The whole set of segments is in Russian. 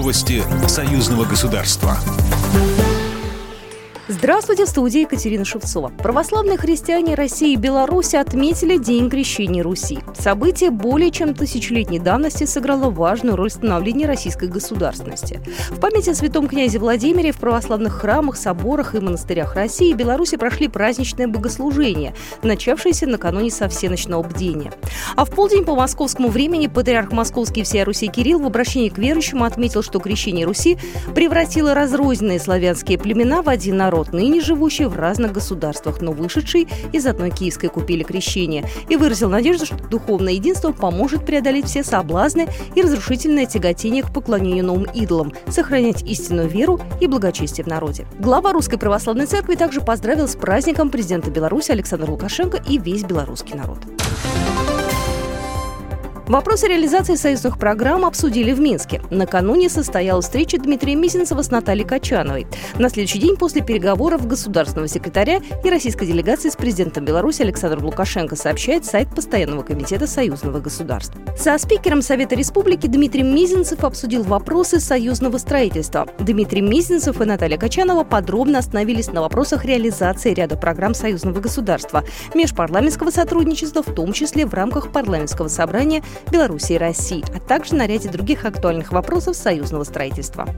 Новости союзного государства. Здравствуйте, в студии Екатерина Шевцова. Православные христиане России и Беларуси отметили День Крещения Руси. Событие более чем тысячелетней давности сыграло важную роль в становлении российской государственности. В память о святом князе Владимире в православных храмах, соборах и монастырях России и Беларуси прошли праздничные богослужения, начавшиеся накануне со всеночного бдения. А в полдень по московскому времени патриарх Московский и всея Руси Кирилл в обращении к верующим отметил, что крещение Руси превратило разрозненные славянские племена в один народ, ныне живущий в разных государствах, но вышедший из одной киевской купели крещения, и выразил надежду, что духовное единство поможет преодолеть все соблазны и разрушительное тяготение к поклонению новым идолам, сохранять истинную веру и благочестие в народе. Глава Русской Православной Церкви также поздравил с праздником президента Беларуси Александра Лукашенко и весь белорусский народ. Вопросы реализации союзных программ обсудили в Минске. Накануне состоялась встреча Дмитрия Мизинцева с Натальей Качановой. На следующий день после переговоров государственного секретаря и российской делегации с президентом Беларуси Александром Лукашенко, сообщает сайт Постоянного комитета союзного государства. Со спикером Совета Республики Дмитрием Мизинцев обсудил вопросы союзного строительства. Дмитрий Мизинцев и Наталья Качанова подробно остановились на вопросах реализации ряда программ союзного государства, межпарламентского сотрудничества, в том числе в рамках парламентского собрания Беларуси и России, а также на ряде других актуальных вопросов союзного строительства.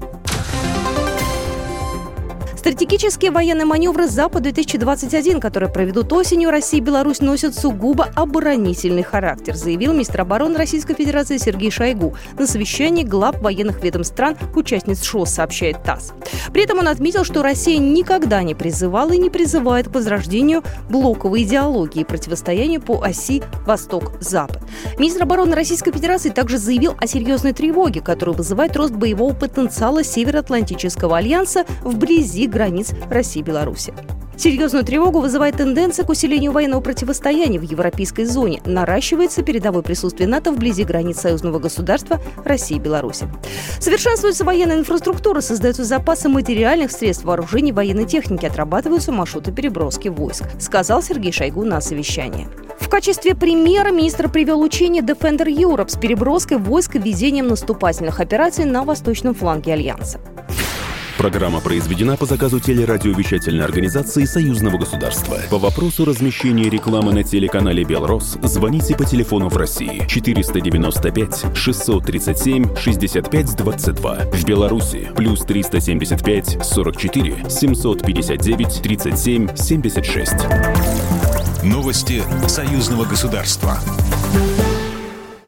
Стратегические военные маневры «Запад-2021», которые проведут осенью, Россия и Беларусь носят сугубо оборонительный характер, заявил министр обороны Российской Федерации Сергей Шойгу на совещании глав военных ведомств стран-участниц ШОС, сообщает ТАСС. При этом он отметил, что Россия никогда не призывала и не призывает к возрождению блоковой идеологии и противостоянию по оси Восток-Запад. Министр обороны Российской Федерации также заявил о серьезной тревоге, которую вызывает рост боевого потенциала Североатлантического альянса вблизи границ России и Беларуси. Серьезную тревогу вызывает тенденция к усилению военного противостояния в европейской зоне. Наращивается передовое присутствие НАТО вблизи границ союзного государства России и Беларуси. Совершенствуется военная инфраструктура, создаются запасы материальных средств, вооружений, военной техники, отрабатываются маршруты переброски войск, сказал Сергей Шойгу на совещании. В качестве примера министр привел учение Defender Europe с переброской войск и ведением наступательных операций на восточном фланге Альянса. Программа произведена по заказу телерадиовещательной организации Союзного государства. По вопросу размещения рекламы на телеканале «Белрос» звоните по телефону в России 495 637 65 22. В Беларуси плюс 375 44 759 37 76. Новости союзного государства.